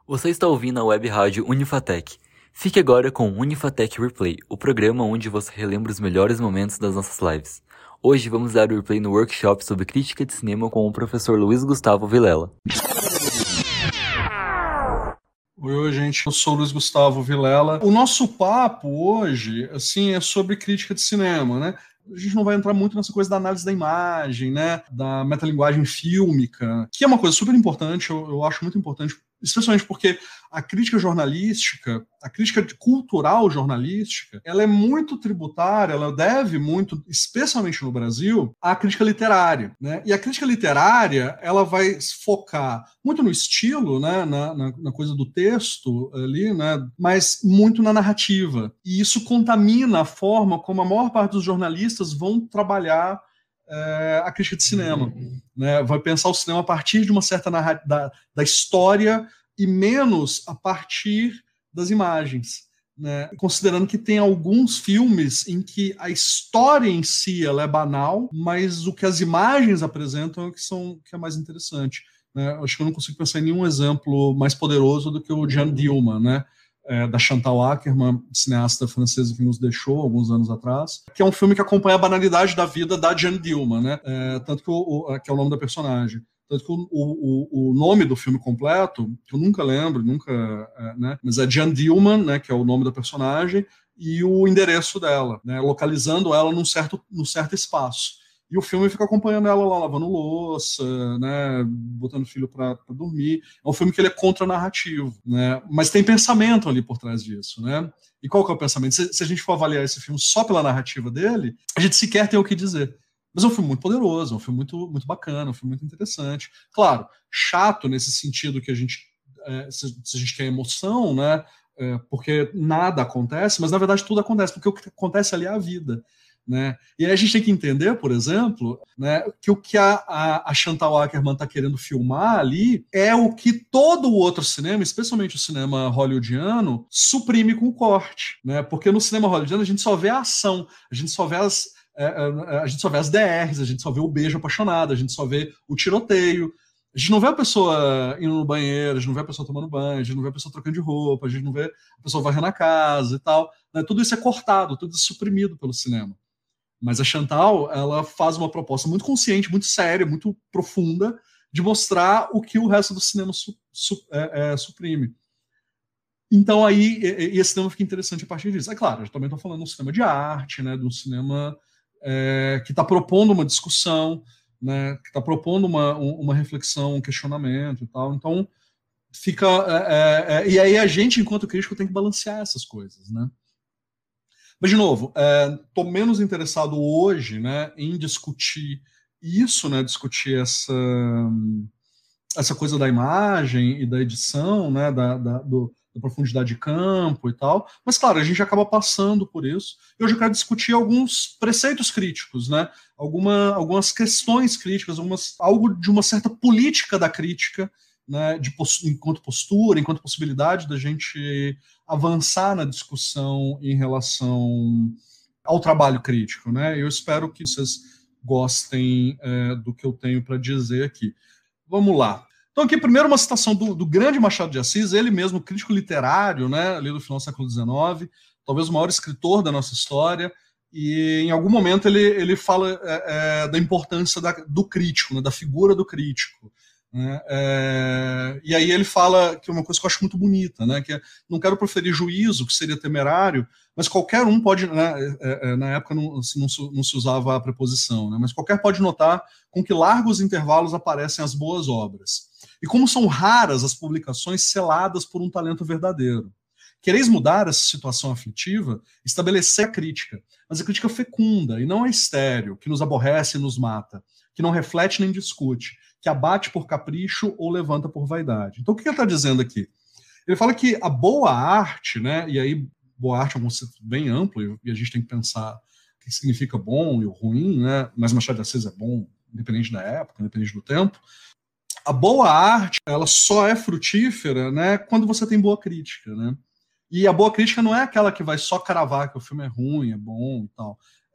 Você está ouvindo a web rádio Unifatec. Fique agora com o Unifatec Replay, o programa onde você relembra os melhores momentos das nossas lives. Hoje vamos dar o replay no workshop sobre crítica de cinema com o professor Luiz Gustavo Vilela. Oi, gente, eu sou o Luiz Gustavo Vilela. O nosso papo hoje, assim, é sobre crítica de cinema, né? A gente não vai entrar muito nessa coisa da análise da imagem, né? Da metalinguagem fílmica, que é uma coisa super importante, eu acho muito importante, especialmente porque a crítica jornalística, a crítica cultural jornalística, ela é muito tributária, ela deve muito, especialmente no Brasil, à crítica literária, né? E a crítica literária, ela vai focar muito no estilo, né? Na coisa do texto ali, né? Mas muito na narrativa. E isso contamina a forma como a maior parte dos jornalistas vão trabalhar a crítica de cinema, né? Vai pensar o cinema a partir de uma certa da história e menos a partir das imagens, né? Considerando que tem alguns filmes em que a história em si ela é banal, mas o que as imagens apresentam é que é mais interessante, né? Acho que eu não consigo pensar em nenhum exemplo mais poderoso do que o Jeanne Dielman, né? Da Chantal Akerman, cineasta francesa que nos deixou alguns anos atrás, que é um filme que acompanha a banalidade da vida da Jeanne Dielman, né? Tanto que é o nome da personagem. Tanto que o nome do filme completo, que eu nunca lembro, né? Mas é Jeanne Dielman, né? Que é o nome da personagem, e o endereço dela, né? Localizando ela num certo espaço. E o filme fica acompanhando ela lá, lavando louça, né, botando o filho para dormir. É um filme que ele é contranarrativo, né, mas tem pensamento ali por trás disso, né? E qual que é o pensamento? Se a gente for avaliar esse filme só pela narrativa dele, a gente sequer tem o que dizer. Mas é um filme muito poderoso, é um filme muito, muito bacana, um filme muito interessante. Claro, chato nesse sentido que a gente, se a gente quer emoção, né, porque nada acontece, mas na verdade tudo acontece, porque o que acontece ali é a vida. Né? E aí a gente tem que entender, por exemplo, né, que o que a Chantal Akerman está querendo filmar ali é o que todo o outro cinema, especialmente o cinema hollywoodiano, suprime com o corte. Né? Porque no cinema hollywoodiano a gente só vê a ação, a gente só vê as DRs, a gente só vê o beijo apaixonado, a gente só vê o tiroteio. A gente não vê a pessoa indo no banheiro, a gente não vê a pessoa tomando banho, a gente não vê a pessoa trocando de roupa, a gente não vê a pessoa varrendo a casa e tal. Né? Tudo isso é cortado, tudo isso é suprimido pelo cinema. Mas a Chantal, ela faz uma proposta muito consciente, muito séria, muito profunda, de mostrar o que o resto do cinema suprime. Então aí, esse cinema fica interessante a partir disso. É claro, eu também estou falando de um cinema de arte, né, de um cinema que está propondo uma discussão, né, que está propondo uma reflexão, um questionamento e tal. Então, fica... e aí a gente, enquanto crítico, tem que balancear essas coisas, né? Mas, de novo, estou menos interessado hoje, né, em discutir isso, né, discutir essa coisa da imagem e da edição, né, da profundidade de campo e tal. Mas, claro, a gente acaba passando por isso. Eu hoje quero discutir alguns preceitos críticos, né, algumas questões críticas, algo de uma certa política da crítica, né, enquanto postura, enquanto possibilidade da gente avançar na discussão em relação ao trabalho crítico, né? Eu espero que vocês gostem do que eu tenho para dizer aqui. Vamos lá. Então aqui primeiro uma citação do grande Machado de Assis, ele mesmo crítico literário, né, ali do final do século XIX, talvez o maior escritor da nossa história, e em algum momento ele fala da importância do crítico, né, da figura do crítico. Né? E aí ele fala que é uma coisa que eu acho muito bonita, né? Que não quero proferir juízo, que seria temerário, mas qualquer um pode, né? Na época não se usava a preposição, né? Mas qualquer pode notar com que largos intervalos aparecem as boas obras. E como são raras as publicações seladas por um talento verdadeiro. Quereis mudar essa situação aflitiva, estabelecer a crítica, mas a crítica fecunda e não a estéril, que nos aborrece e nos mata, que não reflete nem discute, que abate por capricho ou levanta por vaidade. Então, o que ele está dizendo aqui? Ele fala que a boa arte, né, e aí boa arte é um conceito bem amplo, e a gente tem que pensar o que significa bom e o ruim, né, mas Machado de Assis é bom, independente da época, independente do tempo. A boa arte, ela só é frutífera, né, quando você tem boa crítica, né? E a boa crítica não é aquela que vai só cravar que o filme é ruim, é bom e tal.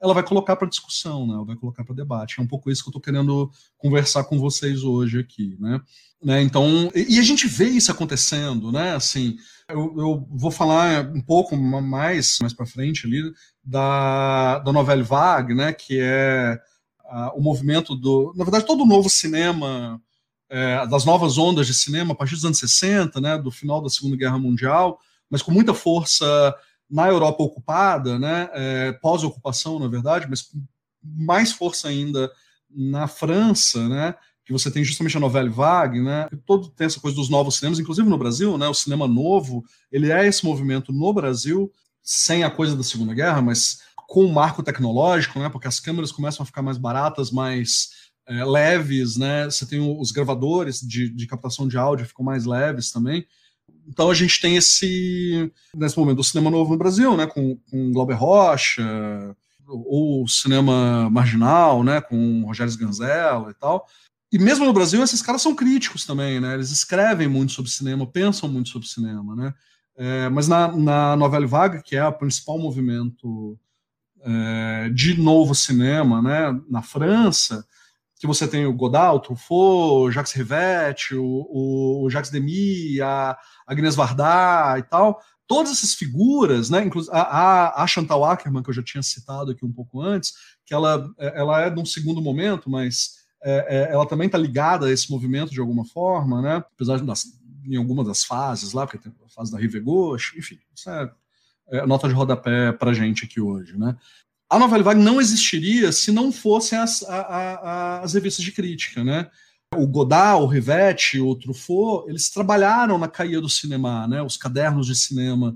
ela vai colocar para discussão, né? Ela vai colocar para debate. É um pouco isso que eu estou querendo conversar com vocês hoje aqui, né? Então, e a gente vê isso acontecendo, né? Assim, eu vou falar um pouco mais para frente ali da Nouvelle Vague, né? Que é o movimento na verdade, todo o novo cinema, das novas ondas de cinema a partir dos anos 60, né? Do final da Segunda Guerra Mundial, mas com muita força na Europa ocupada, né, pós-ocupação, na verdade, mas com mais força ainda na França, né, que você tem justamente a Nouvelle Vague, né, todo tem essa coisa dos novos cinemas, inclusive no Brasil, né, o cinema novo, ele é esse movimento no Brasil, sem a coisa da Segunda Guerra, mas com o marco tecnológico, né, porque as câmeras começam a ficar mais baratas, mais leves, né, você tem os gravadores de captação de áudio ficam mais leves também. Então a gente tem nesse momento, o cinema novo no Brasil, né, com Glauber Rocha, ou o cinema marginal, né, com Rogério Sganzella e tal. E mesmo no Brasil, esses caras são críticos também, né, eles escrevem muito sobre cinema, pensam muito sobre cinema, né. Mas na Nouvelle Vague, que é o principal movimento de novo cinema, né, na França, que você tem o Godard, o Truffaut, o Jacques Rivette, o Jacques Demy, a Agnès Varda e tal, todas essas figuras, né, inclusive a Chantal Akerman, que eu já tinha citado aqui um pouco antes, que ela é de um segundo momento, mas ela também está ligada a esse movimento de alguma forma, né, apesar em algumas das fases lá, porque tem a fase da Rive Gauche, enfim, isso é nota de rodapé para a gente aqui hoje, né. A Nouvelle Vague não existiria se não fossem as revistas de crítica, né? O Godard, o Rivette, o Truffaut, eles trabalharam na Cahiers du Cinéma, né? Os cadernos de cinema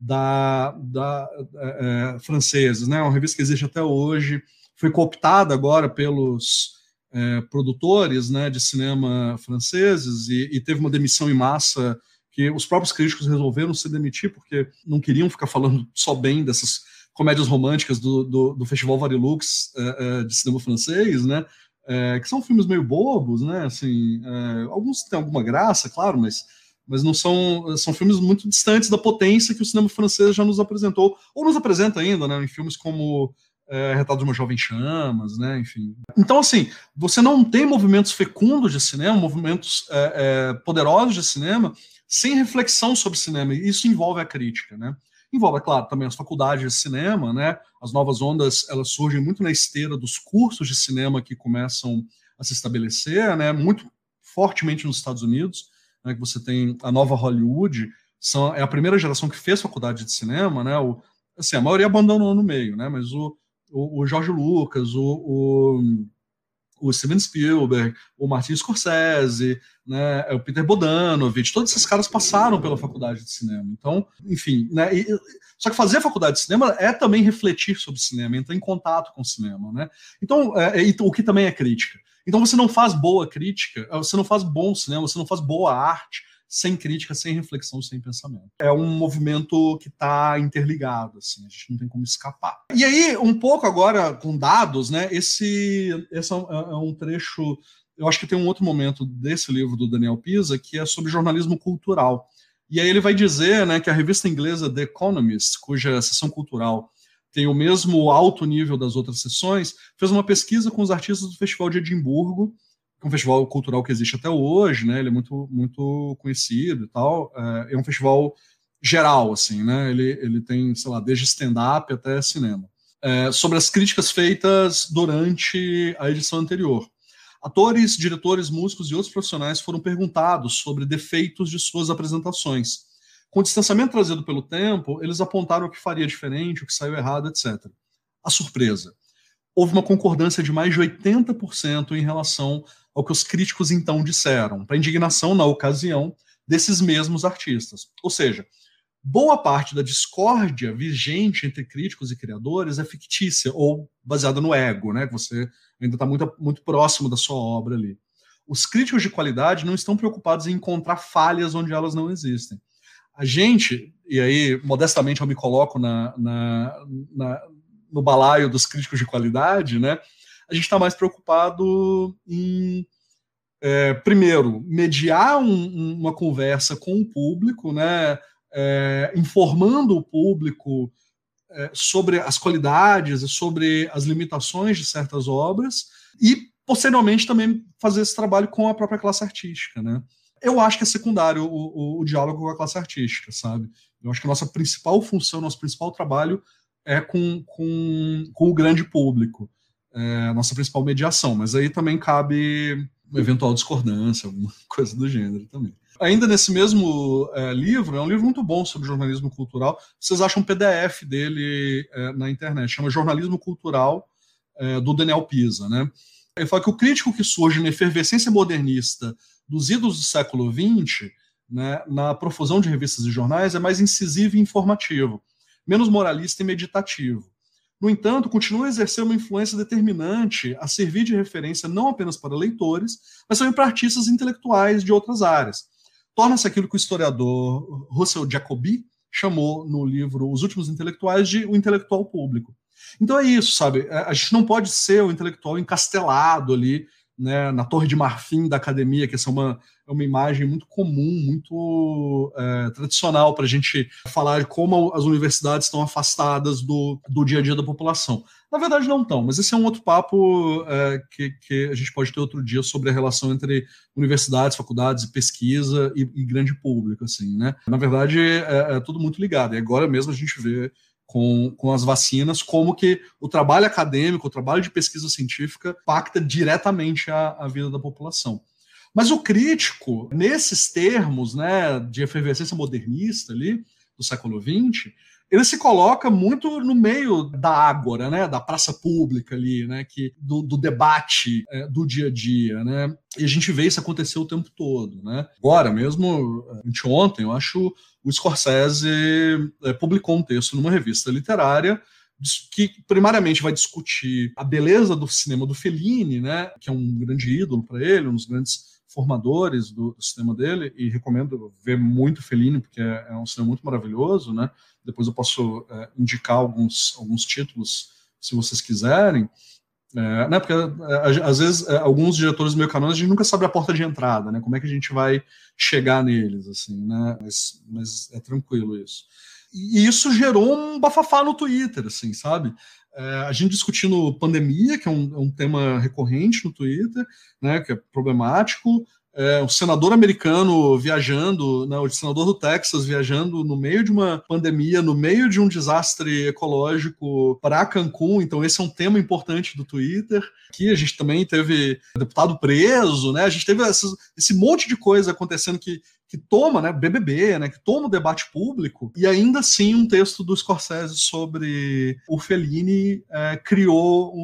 franceses, né? Uma revista que existe até hoje, foi cooptada agora pelos produtores, né, de cinema franceses e teve uma demissão em massa que os próprios críticos resolveram se demitir porque não queriam ficar falando só bem dessas comédias românticas do Festival Varilux de cinema francês, né? Que são filmes meio bobos, né? Assim, alguns têm alguma graça, claro, mas não são filmes muito distantes da potência que o cinema francês já nos apresentou, ou nos apresenta ainda, né? Em filmes como Retrato de uma Jovem Chamas, né? Enfim. Então, assim, você não tem movimentos fecundos de cinema, movimentos poderosos de cinema, sem reflexão sobre cinema, e isso envolve a crítica, né? Envolve, é claro, também as faculdades de cinema, né? As novas ondas, elas surgem muito na esteira dos cursos de cinema que começam a se estabelecer, né? Muito fortemente nos Estados Unidos, né? Que você tem a nova Hollywood, é a primeira geração que fez faculdade de cinema, né? Assim, a maioria abandonou no meio, né? Mas o George Lucas, o Steven Spielberg, o Martin Scorsese, né, o Peter Bogdanovich, todos esses caras passaram pela faculdade de cinema. Então, enfim, né, só que fazer a faculdade de cinema é também refletir sobre cinema, entrar em contato com o cinema, né? Então, o que também é crítica. Então, você não faz boa crítica, você não faz bom cinema, você não faz boa arte sem crítica, sem reflexão, sem pensamento. É um movimento que está interligado, assim, a gente não tem como escapar. E aí, um pouco agora com dados, né? Esse é um trecho, eu acho que tem um outro momento desse livro do Daniel Pisa, que é sobre jornalismo cultural. E aí ele vai dizer, né, que a revista inglesa The Economist, cuja seção cultural tem o mesmo alto nível das outras seções, fez uma pesquisa com os artistas do Festival de Edimburgo, que é um festival cultural que existe até hoje, né? Ele é muito, muito conhecido e tal. É um festival geral, assim, né? Ele tem, sei lá, desde stand-up até cinema. Sobre as críticas feitas durante a edição anterior. Atores, diretores, músicos e outros profissionais foram perguntados sobre defeitos de suas apresentações. Com o distanciamento trazido pelo tempo, eles apontaram o que faria diferente, o que saiu errado, etc. A surpresa. Houve uma concordância de mais de 80% em relação ao que os críticos então disseram, para indignação, na ocasião, desses mesmos artistas. Ou seja, boa parte da discórdia vigente entre críticos e criadores é fictícia ou baseada no ego, né? Que você ainda está muito, muito próximo da sua obra ali. Os críticos de qualidade não estão preocupados em encontrar falhas onde elas não existem. A gente, e aí modestamente eu me coloco no balaio dos críticos de qualidade, né? A gente está mais preocupado em, primeiro, mediar uma conversa com o público, né? Informando o público sobre as qualidades e sobre as limitações de certas obras e, posteriormente, também fazer esse trabalho com a própria classe artística, né? Eu acho que é secundário o diálogo com a classe artística, sabe? Eu acho que a nossa principal função, nosso principal trabalho é com o grande público, a nossa principal mediação, mas aí também cabe uma eventual discordância, alguma coisa do gênero também. Ainda nesse mesmo livro, é um livro muito bom sobre jornalismo cultural, vocês acham um PDF dele na internet, chama Jornalismo Cultural, do Daniel Pisa, né? Ele fala que o crítico que surge na efervescência modernista dos idos do século XX, né, na profusão de revistas e jornais, é mais incisivo e informativo, menos moralista e meditativo. No entanto, continua a exercer uma influência determinante a servir de referência não apenas para leitores, mas também para artistas intelectuais de outras áreas. Torna-se aquilo que o historiador Russell Jacoby chamou no livro Os Últimos Intelectuais de o intelectual público. Então é isso, sabe? A gente não pode ser o intelectual encastelado ali, né, na Torre de Marfim da academia, que essa é uma imagem muito comum, muito tradicional para a gente falar de como as universidades estão afastadas do dia a dia da população. Na verdade não estão, mas esse é um outro papo que a gente pode ter outro dia sobre a relação entre universidades, faculdades, pesquisa e grande público, assim, né? Na verdade é tudo muito ligado, e agora mesmo a gente vê com as vacinas, como que o trabalho acadêmico, o trabalho de pesquisa científica impacta diretamente a vida da população. Mas o crítico, nesses termos, né, de efervescência modernista ali, do século XX, ele se coloca muito no meio da ágora, né, da praça pública ali, né, do debate do dia a dia, né, e a gente vê isso acontecer o tempo todo, né. Agora mesmo, anteontem, eu acho, o Scorsese publicou um texto numa revista literária que primariamente vai discutir a beleza do cinema do Fellini, né, que é um grande ídolo para ele, um dos grandes formadores do cinema dele, e recomendo ver muito Fellini, porque é um cinema muito maravilhoso, né? Depois eu posso indicar alguns títulos, se vocês quiserem, né? Porque às vezes alguns diretores meio canônicos a gente nunca sabe a porta de entrada, né? Como é que a gente vai chegar neles, assim, né? Mas é tranquilo isso. E isso gerou um bafafá no Twitter, assim, sabe? A gente discutindo pandemia, que é um tema recorrente no Twitter, né, que é problemático, o senador americano viajando, né, o senador do Texas viajando no meio de uma pandemia, no meio de um desastre ecológico para Cancún, então esse é um tema importante do Twitter. Aqui a gente também teve deputado preso, né, a gente teve esse monte de coisa acontecendo que toma, né, BBB, né, que toma o debate público, e ainda assim um texto do Scorsese sobre o Fellini criou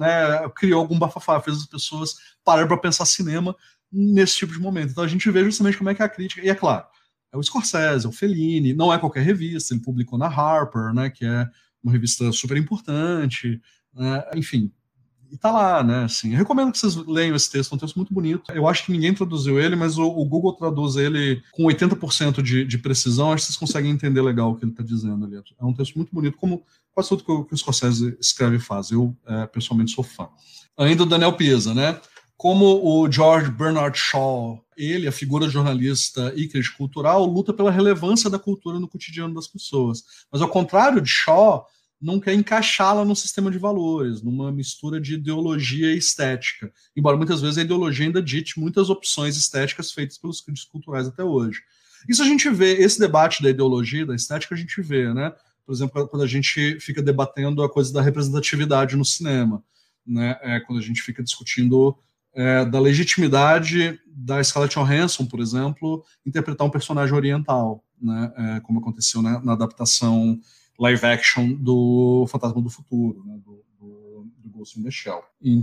algum bafafá, fez as pessoas pararem para pensar cinema nesse tipo de momento. Então a gente vê justamente como é que a crítica, e é claro, é o Scorsese, é o Fellini, não é qualquer revista, ele publicou na Harper, né, que é uma revista super importante, né, enfim, e tá lá, né, assim, eu recomendo que vocês leiam esse texto, é um texto muito bonito, eu acho que ninguém traduziu ele, mas o Google traduz ele com 80% de precisão, acho que vocês conseguem entender legal o que ele tá dizendo ali, é um texto muito bonito, como quase tudo que o Scorsese escreve e faz, eu pessoalmente sou fã. Ainda o Daniel Pisa, né, como o George Bernard Shaw, ele, a figura jornalista e crítico cultural, luta pela relevância da cultura no cotidiano das pessoas, mas ao contrário de Shaw, não quer encaixá-la num sistema de valores, numa mistura de ideologia e estética, embora muitas vezes a ideologia ainda dite muitas opções estéticas feitas pelos críticos culturais até hoje. Isso a gente vê, esse debate da ideologia e da estética a gente vê, né? Por exemplo, quando a gente fica debatendo a coisa da representatividade no cinema, né? Quando a gente fica discutindo da legitimidade da Scarlett Johansson, por exemplo, interpretar um personagem oriental, né? Como aconteceu, né, na adaptação live action do Fantasma do Futuro, né, do Ghost in the Shell.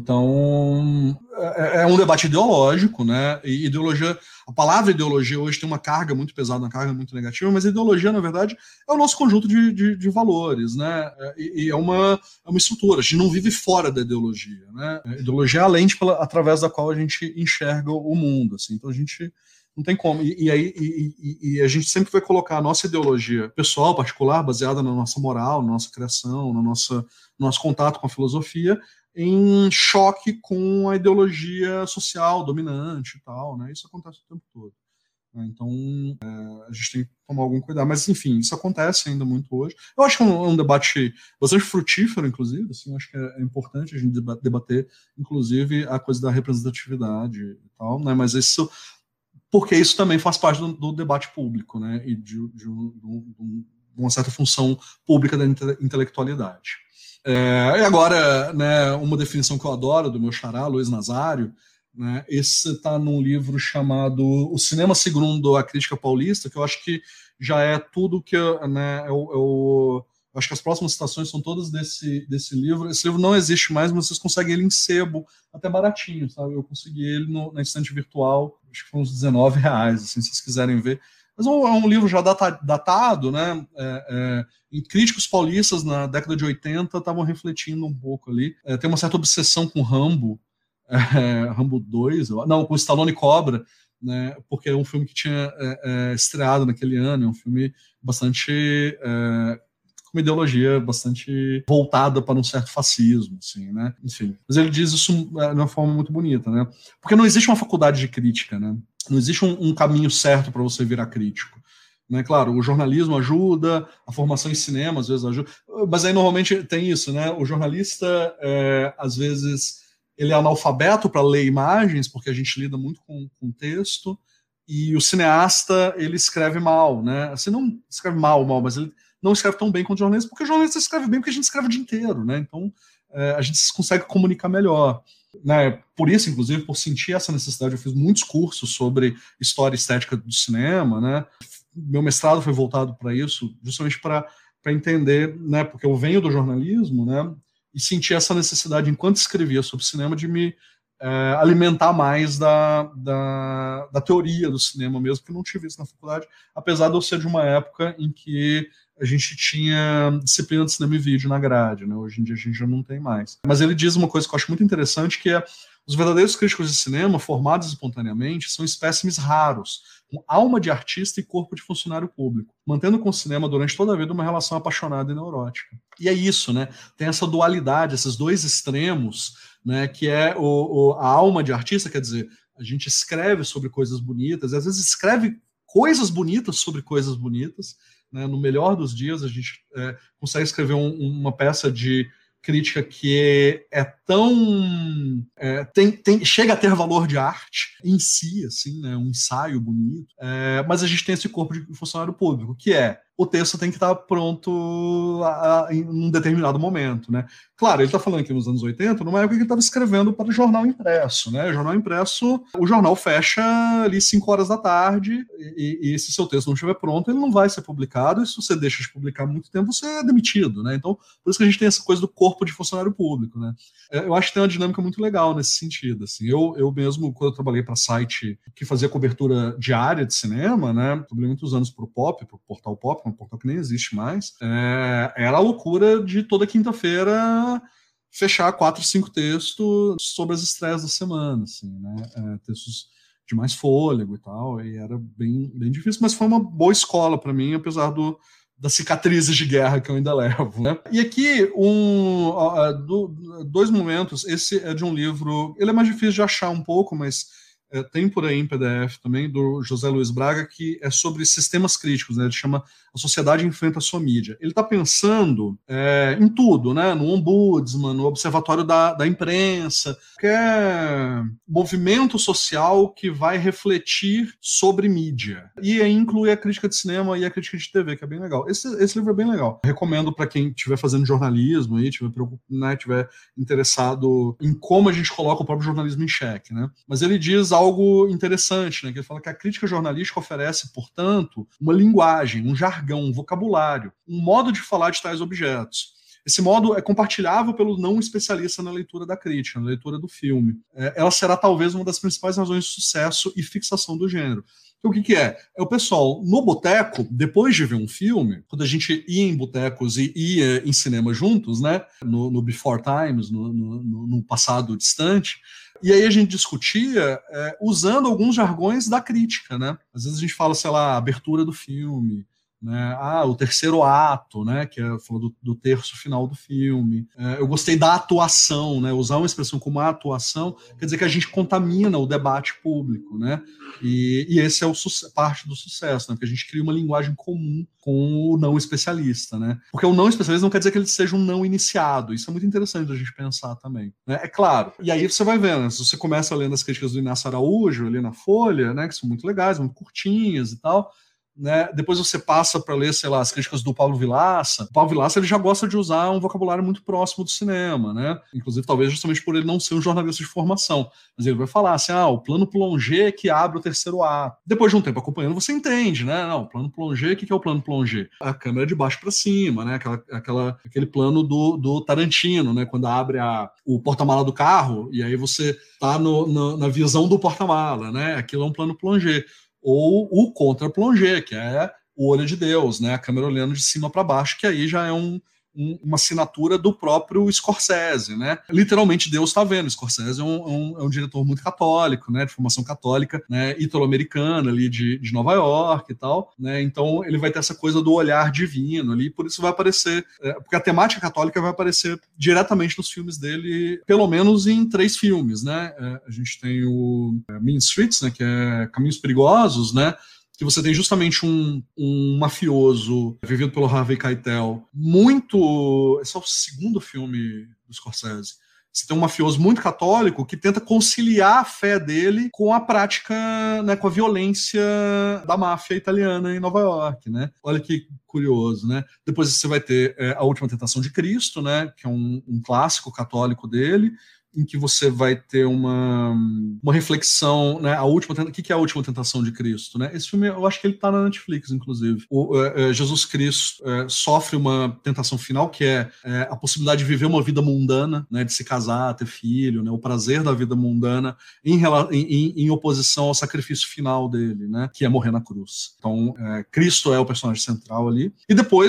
Então, é um debate ideológico, né? E ideologia, a palavra ideologia hoje tem uma carga muito pesada, uma carga muito negativa, mas a ideologia, na verdade, é o nosso conjunto de valores, né? E é uma estrutura, a gente não vive fora da ideologia, né? A ideologia é a lente através da qual a gente enxerga o mundo, assim. Então a gente não tem como. E a gente sempre vai colocar a nossa ideologia pessoal, particular, baseada na nossa moral, na nossa criação, no nosso contato com a filosofia, em choque com a ideologia social dominante e tal, né? Isso acontece o tempo todo. né? Então, a gente tem que tomar algum cuidado. Mas, enfim, isso acontece ainda muito hoje. Eu acho que é um debate bastante frutífero, inclusive. Assim, acho que é importante a gente debater, inclusive, a coisa da representatividade e tal, né? Mas isso, porque isso também faz parte do debate público, né? E de uma certa função pública da intelectualidade. E agora, né, uma definição que eu adoro do meu xará, Luiz Nazário, né, esse está num livro chamado O Cinema Segundo a Crítica Paulista, que eu acho que já é tudo que, né, eu acho que as próximas citações são todas desse livro. Esse livro não existe mais, mas vocês conseguem ele em sebo, até baratinho, sabe? Eu consegui ele na estante virtual, acho que foi uns R$19, assim, se vocês quiserem ver. Mas é um livro já datado, né? Em críticos paulistas na década de 80 estavam refletindo um pouco ali. Tem uma certa obsessão com Rambo, Rambo 2, não, com Stallone e Cobra, né? Porque é um filme que tinha estreado naquele ano, é um filme bastante com uma ideologia bastante voltada para um certo fascismo, assim, né? Enfim, mas ele diz isso de uma forma muito bonita, né? Porque não existe uma faculdade de crítica, né? Não existe um caminho certo para você virar crítico. Né? Claro, o jornalismo ajuda, a formação em cinema às vezes ajuda, mas aí normalmente tem isso, né? O jornalista, às vezes, ele é analfabeto para ler imagens, porque a gente lida muito com texto, e o cineasta, ele escreve mal, né? Assim, não escreve mal, mas ele não escreve tão bem quanto o jornalista, porque o jornalista escreve bem porque a gente escreve o dia inteiro, né? Então, a gente consegue comunicar melhor. Né, por isso, inclusive, por sentir essa necessidade, eu fiz muitos cursos sobre história e estética do cinema, né? Meu mestrado foi voltado para isso, justamente para entender, né? Porque eu venho do jornalismo, né? E senti essa necessidade, enquanto escrevia sobre cinema, de me alimentar mais da teoria do cinema mesmo, que eu não tive isso na faculdade, apesar de eu ser de uma época em que a gente tinha disciplina de cinema e vídeo na grade, né? Hoje em dia a gente já não tem mais. Mas ele diz uma coisa que eu acho muito interessante, que é: os verdadeiros críticos de cinema, formados espontaneamente, são espécimes raros, com alma de artista e corpo de funcionário público, mantendo com o cinema durante toda a vida uma relação apaixonada e neurótica. E é isso, né? Tem essa dualidade, esses dois extremos, né? Que é a alma de artista, quer dizer, a gente escreve sobre coisas bonitas, e às vezes escreve coisas bonitas sobre coisas bonitas, né? No melhor dos dias, a gente consegue escrever uma peça de crítica que é tão... chega a ter valor de arte em si, assim, né? Um ensaio bonito, mas a gente tem esse corpo de funcionário público, que o texto tem que estar pronto em um determinado momento, né? Claro, ele está falando aqui nos anos 80, numa época que ele estava escrevendo para o jornal impresso, né? O jornal impresso, o jornal fecha ali 5 horas da tarde, e se seu texto não estiver pronto, ele não vai ser publicado, e se você deixa de publicar muito tempo, você é demitido, né? Então, por isso que a gente tem essa coisa do corpo de funcionário público, né? Eu acho que tem uma dinâmica muito legal nesse sentido, assim. Eu mesmo, quando eu trabalhei para site que fazia cobertura diária de cinema, né? Trabalhei muitos anos para o Pop, para o Portal Pop, um portal que nem existe mais, era a loucura de toda quinta-feira fechar 4, 5 textos sobre as estreias da semana, assim, né? Textos de mais fôlego e tal, e era bem, bem difícil, mas foi uma boa escola para mim, apesar das cicatrizes de guerra que eu ainda levo, né? E aqui, dois momentos. Esse é de um livro, ele é mais difícil de achar um pouco, mas tem por aí em PDF também, do José Luiz Braga, que é sobre sistemas críticos, né? Ele chama A Sociedade Enfrenta a Sua Mídia. Ele está pensando em tudo, né? No ombudsman, no observatório da imprensa, que é movimento social que vai refletir sobre mídia. E aí inclui a crítica de cinema e a crítica de TV, que é bem legal. Esse livro é bem legal. Recomendo para quem estiver fazendo jornalismo e estiver interessado em como a gente coloca o próprio jornalismo em xeque, né? Mas ele diz algo interessante, né? Que ele fala que a crítica jornalística oferece, portanto, uma linguagem, um jargão, um vocabulário, um modo de falar de tais objetos. Esse modo é compartilhável pelo não especialista na leitura da crítica, na leitura do filme. Ela será talvez uma das principais razões de sucesso e fixação do gênero. Então, o que é? É o pessoal no boteco, depois de ver um filme, quando a gente ia em botecos e ia em cinema juntos, né? No Before Times, no passado distante. E aí a gente discutia usando alguns jargões da crítica, né? Às vezes a gente fala, sei lá, a abertura do filme, né? O terceiro ato, né? Que falou do terço final do filme. Eu gostei da atuação, né? Usar uma expressão como a atuação quer dizer que a gente contamina o debate público, né? E esse é parte do sucesso, né? Porque a gente cria uma linguagem comum com o não especialista, né? Porque o não especialista não quer dizer que ele seja um não iniciado. Isso é muito interessante a gente pensar também, né? É claro. E aí você vai vendo, se você começa lendo as críticas do Inácio Araújo ali na Folha, né? Que são muito legais, muito curtinhas e tal, né? Depois você passa para ler, sei lá, as críticas do Paulo Vilaça. O Paulo Vilaça ele já gosta de usar um vocabulário muito próximo do cinema, né? Inclusive, talvez justamente por ele não ser um jornalista de formação. Mas ele vai falar assim, o plano plongé que abre o terceiro ato. Depois de um tempo acompanhando, você entende, né? Não, o plano plongé, o que é o plano plongé? A câmera de baixo para cima, né? Aquele plano do Tarantino, né? Quando abre o porta-mala do carro e aí você tá na visão do porta-mala, né? Aquilo é um plano plongé. Ou o contra-plongé, que é o olho de Deus, né? A câmera olhando de cima para baixo, que aí já é uma assinatura do próprio Scorsese, né? Literalmente Deus está vendo. Scorsese é um diretor muito católico, né? De formação católica, né? Italo-americana ali de Nova York e tal, né? Então ele vai ter essa coisa do olhar divino ali, por isso vai aparecer, porque a temática católica vai aparecer diretamente nos filmes dele, pelo menos em 3 filmes, né? A gente tem o Mean Streets, né? Que é Caminhos Perigosos, né? Que você tem justamente um mafioso vivido pelo Harvey Keitel muito... Esse é o segundo filme do Scorsese. Você tem um mafioso muito católico que tenta conciliar a fé dele com a prática, né, com a violência da máfia italiana em Nova York, né? Olha que curioso, né? Depois você vai ter A Última Tentação de Cristo, né? Que é um clássico católico dele, em que você vai ter uma reflexão, né? O que é a Última Tentação de Cristo, né? Esse filme, eu acho que ele está na Netflix, inclusive. Jesus Cristo sofre uma tentação final, que é a possibilidade de viver uma vida mundana, né? De se casar, ter filho, né? O prazer da vida mundana em oposição ao sacrifício final dele, né? Que é morrer na cruz. Então, Cristo é o personagem central ali. E depois,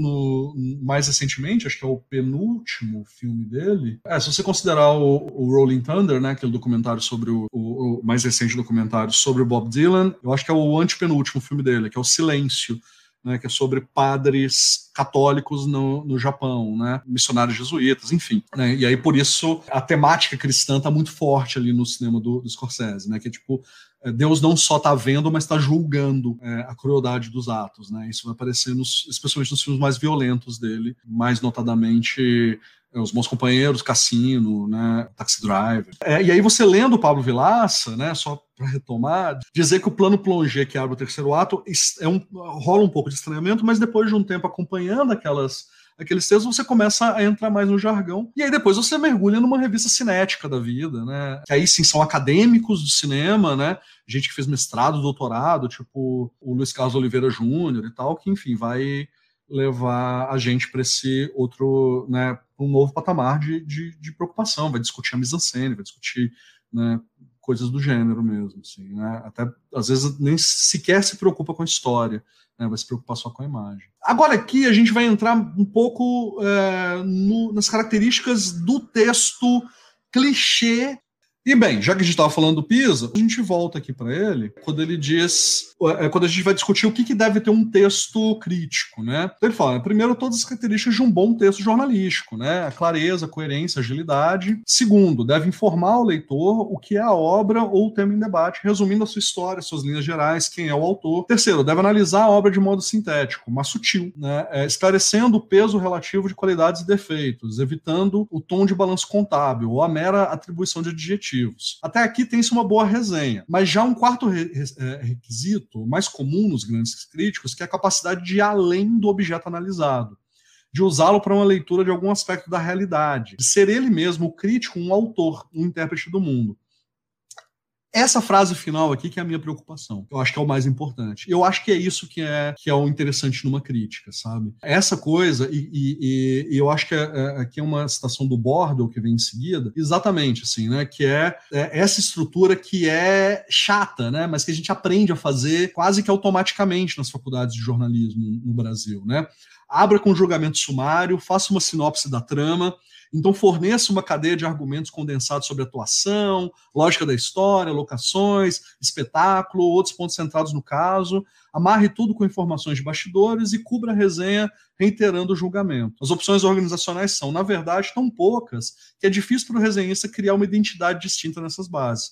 mais recentemente, acho que é o penúltimo filme dele, se você considerar o Rolling Thunder, né, aquele documentário sobre o mais recente documentário sobre o Bob Dylan, eu acho que é o antepenúltimo filme dele, que é o Silêncio, né, que é sobre padres católicos no Japão, né, missionários jesuítas, enfim, né, e aí por isso a temática cristã está muito forte ali no cinema do Scorsese, né, que é tipo, Deus não só está vendo, mas está julgando a crueldade dos atos, né, isso vai aparecer especialmente nos filmes mais violentos dele, mais notadamente Os Bons Companheiros, Cassino, né, Taxi Driver. E aí você lendo o Pablo Vilaça, né, só para retomar, dizer que o plano plongé que abre o terceiro ato rola um pouco de estranhamento, mas depois de um tempo acompanhando aqueles textos, você começa a entrar mais no jargão, e aí depois você mergulha numa revista cinética da vida, né, que aí sim são acadêmicos do cinema, né, gente que fez mestrado, doutorado, tipo o Luiz Carlos Oliveira Júnior e tal, que enfim, vai levar a gente para esse outro, né, um novo patamar de preocupação, vai discutir a mise-en-scène, vai discutir, né, coisas do gênero mesmo, assim, né, até às vezes nem sequer se preocupa com a história, né, vai se preocupar só com a imagem. Agora aqui a gente vai entrar um pouco nas características do texto clichê. E bem, já que a gente estava falando do Pisa, a gente volta aqui para ele, quando ele diz, quando a gente vai discutir o que deve ter um texto crítico, né? Então ele fala, primeiro, todas as características de um bom texto jornalístico, né? A clareza, a coerência, a agilidade. Segundo, deve informar o leitor o que é a obra ou o tema em debate, resumindo a sua história, suas linhas gerais, quem é o autor. Terceiro, deve analisar a obra de modo sintético, mas sutil, né? Esclarecendo o peso relativo de qualidades e defeitos, evitando o tom de balanço contábil ou a mera atribuição de adjetivos. Até aqui tem-se uma boa resenha, mas já um quarto requisito, mais comum nos grandes críticos, que é a capacidade de ir além do objeto analisado, de usá-lo para uma leitura de algum aspecto da realidade, de ser ele mesmo, o crítico, um autor, um intérprete do mundo. Essa frase final aqui que é a minha preocupação. Eu acho que é o mais importante. Eu acho que é isso que é o interessante numa crítica, sabe? Essa coisa, e eu acho que aqui é uma citação do Bordel que vem em seguida, exatamente assim, né? Que é essa estrutura que é chata, né? Mas que a gente aprende a fazer quase que automaticamente nas faculdades de jornalismo no Brasil, né? Abra com julgamento sumário, faça uma sinopse da trama, Então forneça uma cadeia de argumentos condensados sobre atuação, lógica da história, locações, espetáculo, outros pontos centrados no caso, amarre tudo com informações de bastidores e cubra a resenha reiterando o julgamento. As opções organizacionais são, na verdade, tão poucas que é difícil para o resenhista criar uma identidade distinta nessas bases.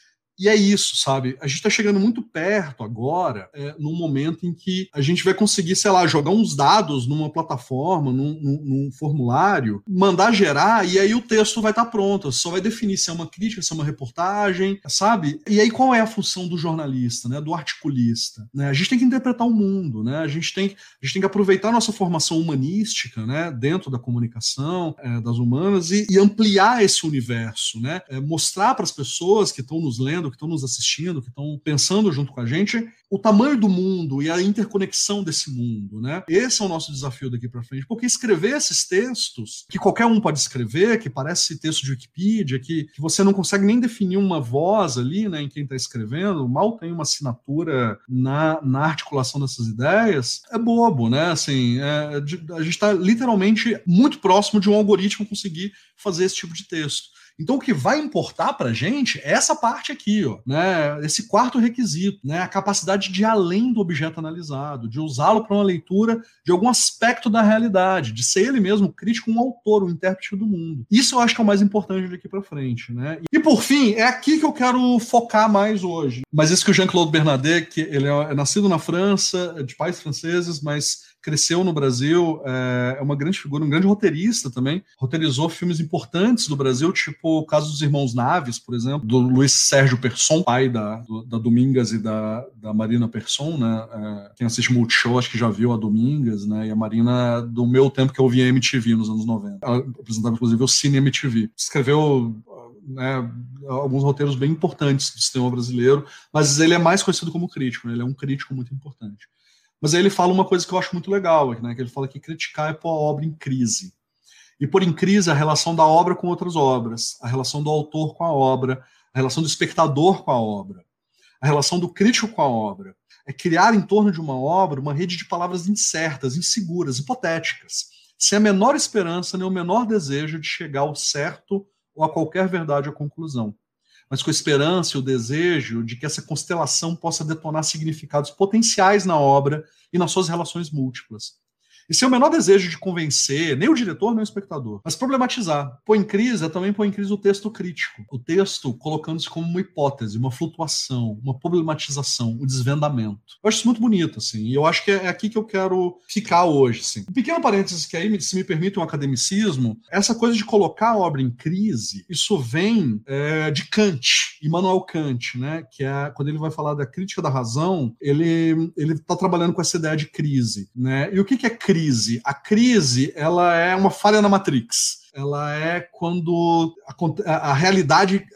E é isso, sabe? A gente está chegando muito perto agora, num momento em que a gente vai conseguir, sei lá, jogar uns dados numa plataforma, num formulário, mandar gerar, e aí o texto vai estar pronto. Só vai definir se é uma crítica, se é uma reportagem, sabe? E aí qual é a função do jornalista, né? Do articulista? Né? A gente tem que interpretar o mundo, né? A gente tem que aproveitar a nossa formação humanística, né? Dentro da comunicação, das humanas, e ampliar esse universo, né? Mostrar para as pessoas que estão nos lendo, que estão nos assistindo, que estão pensando junto com a gente, o tamanho do mundo e a interconexão desse mundo, né? Esse é o nosso desafio daqui para frente, porque escrever esses textos, que qualquer um pode escrever, que parece texto de Wikipedia, que você não consegue nem definir uma voz ali, né, em quem está escrevendo, mal tem uma assinatura na articulação dessas ideias, é bobo, né? Assim, a gente está literalmente muito próximo de um algoritmo conseguir fazer esse tipo de texto. Então o que vai importar para a gente é essa parte aqui, ó, né? Esse quarto requisito, né? A capacidade de ir além do objeto analisado, de usá-lo para uma leitura de algum aspecto da realidade, de ser ele mesmo crítico, um autor, um intérprete do mundo. Isso eu acho que é o mais importante daqui para frente, né? E por fim, é aqui que eu quero focar mais hoje. Mas isso que o Jean-Claude Bernardet, que ele é nascido na França, de pais franceses, mas cresceu no Brasil, é uma grande figura, um grande roteirista também, roteirizou filmes importantes do Brasil, tipo o caso dos Irmãos Naves, por exemplo, do Luiz Sérgio Persson, pai da Domingas e da Marina Persson, né? Quem assiste Multishow acho que já viu a Domingas, né? E a Marina, do meu tempo que eu via MTV nos anos 90. Ela apresentava, inclusive, o Cine MTV. Escreveu, né, alguns roteiros bem importantes do cinema brasileiro, mas ele é mais conhecido como crítico, né? Ele é um crítico muito importante. Mas aí ele fala uma coisa que eu acho muito legal, né? Que ele fala que criticar é pôr a obra em crise. E pôr em crise a relação da obra com outras obras, a relação do autor com a obra, a relação do espectador com a obra, a relação do crítico com a obra. É criar em torno de uma obra uma rede de palavras incertas, inseguras, hipotéticas, sem a menor esperança nem o menor desejo de chegar ao certo ou a qualquer verdade ou conclusão, mas com a esperança e o desejo de que essa constelação possa detonar significados potenciais na obra e nas suas relações múltiplas. E sem o menor desejo de convencer nem o diretor, nem o espectador, mas problematizar. Pôr em crise também põe em crise o texto crítico. O texto colocando-se como uma hipótese, uma flutuação, uma problematização, um desvendamento. Eu acho isso muito bonito, assim, e eu acho que é aqui que eu quero ficar hoje, assim. Um pequeno parênteses que aí, se me permite um academicismo, essa coisa de colocar a obra em crise, isso vem de Kant, Immanuel Kant, né, que é quando ele vai falar da crítica da razão, ele está trabalhando com essa ideia de crise, né? E o que é crise? A crise, ela é uma falha na Matrix. Ela é quando a realidade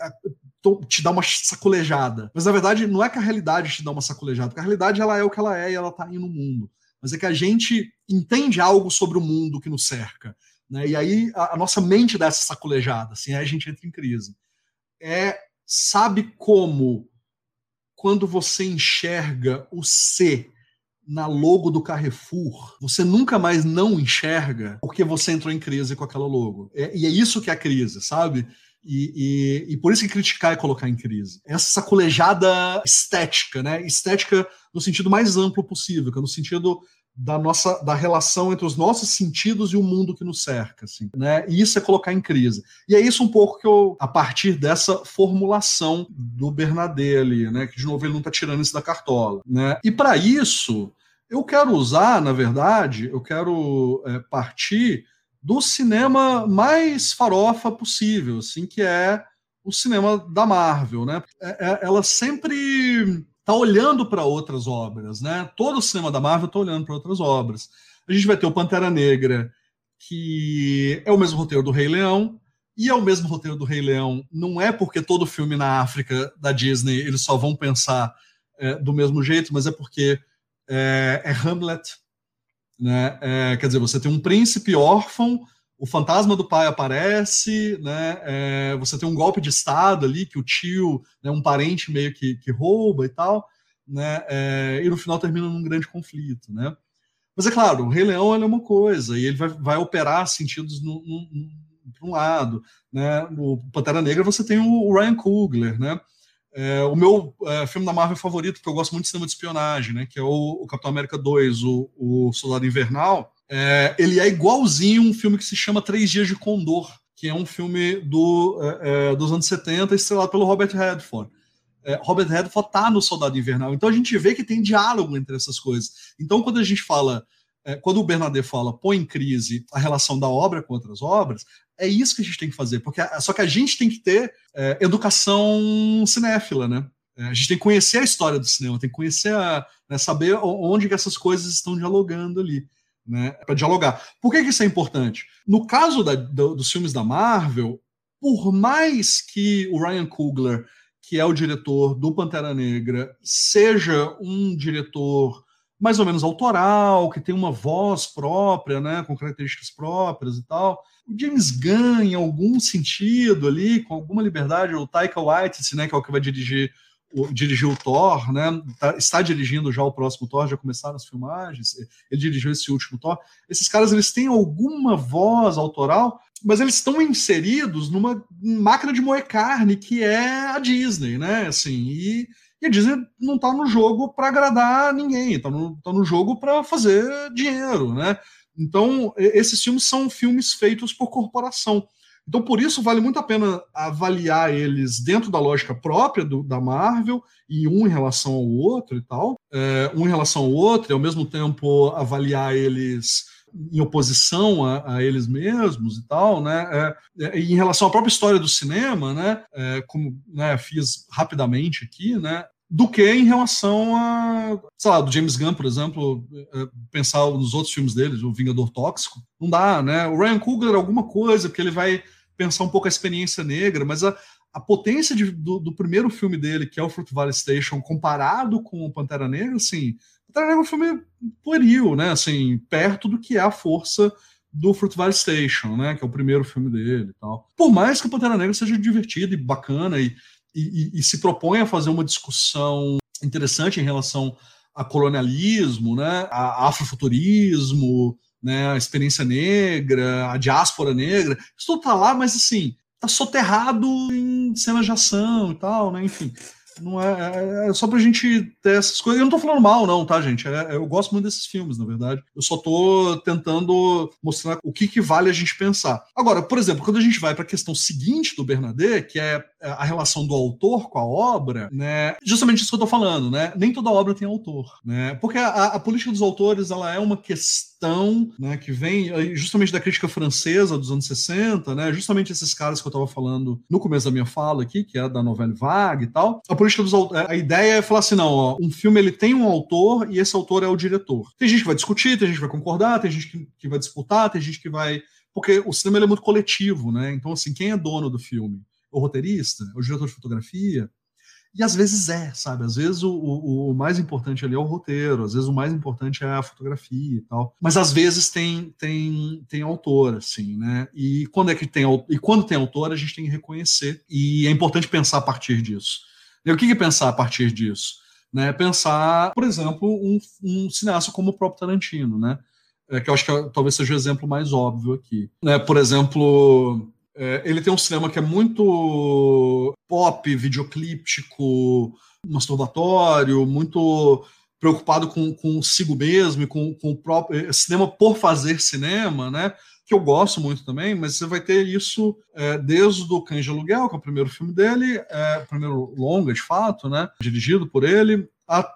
te dá uma sacolejada. Mas, na verdade, não é que a realidade te dá uma sacolejada, porque a realidade ela é o que ela é e ela está aí no mundo. Mas é que a gente entende algo sobre o mundo que nos cerca, né? E aí a nossa mente dá essa sacolejada, assim, aí a gente entra em crise. Sabe como, quando você enxerga o C na logo do Carrefour, você nunca mais não enxerga porque você entrou em crise com aquela logo. E é isso que é a crise, sabe? E por isso que criticar é colocar em crise. Essa sacolejada estética, né? Estética no sentido mais amplo possível, que é no sentido da relação entre os nossos sentidos e o mundo que nos cerca, assim, né? E isso é colocar em crise. E é isso um pouco que eu, a partir dessa formulação do Bernardet ali, né? Que de novo ele não está tirando isso da cartola, né? E para isso eu quero usar, na verdade, eu quero partir do cinema mais farofa possível, assim, que é o cinema da Marvel, né? Ela sempre está olhando para outras obras, né? Todo o cinema da Marvel está olhando para outras obras. A gente vai ter o Pantera Negra, que é o mesmo roteiro do Rei Leão, e é o mesmo roteiro do Rei Leão, não é porque todo filme na África da Disney eles só vão pensar do mesmo jeito, mas é porque é Hamlet, né? Quer dizer, você tem um príncipe órfão, o fantasma do pai aparece, né? Você tem um golpe de estado ali que o tio, né, um parente meio que rouba e tal, né? E no final termina num grande conflito, né? Mas é claro, o Rei Leão é uma coisa e ele vai operar sentidos um lado, né? No Pantera Negra você tem o Ryan Coogler, né? O meu filme da Marvel favorito, porque eu gosto muito de cinema de espionagem, né? Que é o Capitão América 2, o Soldado Invernal. Ele é igualzinho um filme que se chama 3 Dias de Condor, que é um filme dos anos 70, estrelado pelo Robert Redford. Robert Redford tá no Soldado Invernal. Então a gente vê que tem diálogo entre essas coisas. Então quando a gente fala, quando o Bernadette fala põe em crise a relação da obra com outras obras, é isso que a gente tem que fazer. Só que a gente tem que ter educação cinéfila, né? A gente tem que conhecer a história do cinema, tem que conhecer, saber onde que essas coisas estão dialogando ali, né? Para dialogar. Por que isso é importante? No caso dos filmes da Marvel, por mais que o Ryan Coogler, que é o diretor do Pantera Negra, seja um diretor mais ou menos autoral, que tem uma voz própria, né, com características próprias e tal, o James Gunn, em algum sentido ali, com alguma liberdade, o Taika Waititi, né, que é o que vai dirigir o Thor, né, está dirigindo já o próximo Thor, já começaram as filmagens, ele dirigiu esse último Thor. Esses caras, eles têm alguma voz autoral, mas eles estão inseridos numa máquina de moer carne que é a Disney, né, assim, e a Disney não está no jogo para agradar ninguém, está no jogo para fazer dinheiro, né. Então, esses filmes são filmes feitos por corporação. Então, por isso, vale muito a pena avaliar eles dentro da lógica própria da Marvel, e um em relação ao outro e tal, um em relação ao outro, e ao mesmo tempo avaliar eles em oposição a eles mesmos e tal, né? E em relação à própria história do cinema, né? Como, né, fiz rapidamente aqui, né? Do que em relação a, sei lá, do James Gunn, por exemplo, pensar nos outros filmes dele, o Vingador Tóxico, não dá, né? O Ryan Coogler é alguma coisa, porque ele vai pensar um pouco a experiência negra, mas a potência do primeiro filme dele, que é o Fruit Valley Station, comparado com o Pantera Negra, assim, Pantera Negra é um filme pueril, né? Assim, perto do que é a força do Fruit Valley Station, né? Que é o primeiro filme dele e tal. Por mais que o Pantera Negra seja divertido e bacana e se propõe a fazer uma discussão interessante em relação a colonialismo, né? A afrofuturismo, né, a experiência negra, a diáspora negra, isso tudo tá lá, mas assim, tá soterrado em cenas de ação e tal, né, enfim, não é só pra gente ter essas coisas. Eu não tô falando mal não, tá, gente, eu gosto muito desses filmes, na verdade, eu só tô tentando mostrar o que vale a gente pensar. Agora, por exemplo, quando a gente vai pra questão seguinte do Bernadette, que é a relação do autor com a obra, né, justamente isso que eu tô falando, né, nem toda obra tem autor, né, porque a política dos autores, ela é uma questão, né, que vem justamente da crítica francesa dos anos 60, né, justamente esses caras que eu tava falando no começo da minha fala aqui, que é da Nouvelle Vague e tal. A ideia é falar assim, não, ó, um filme ele tem um autor e esse autor é o diretor. Tem gente que vai discutir, tem gente que vai concordar, tem gente que vai disputar, tem gente que vai... Porque o cinema ele é muito coletivo, né? Então, assim, quem é dono do filme? O roteirista? O diretor de fotografia? E às vezes sabe? Às vezes o mais importante ali é o roteiro, às vezes o mais importante é a fotografia e tal. Mas às vezes tem autor, assim, né? E quando tem autor, a gente tem que reconhecer. E é importante pensar a partir disso. E o que é pensar a partir disso? Né? Pensar, por exemplo, um cineasta como o próprio Tarantino, né? Que eu acho que talvez seja o exemplo mais óbvio aqui. Né? Por exemplo... ele tem um cinema que é muito pop, videoclíptico, masturbatório, muito preocupado com consigo mesmo e com o próprio cinema por fazer cinema, né? Que eu gosto muito também, mas você vai ter isso desde o Cães de Aluguel, que é o primeiro filme dele, o primeiro longa, de fato, né? Dirigido por ele,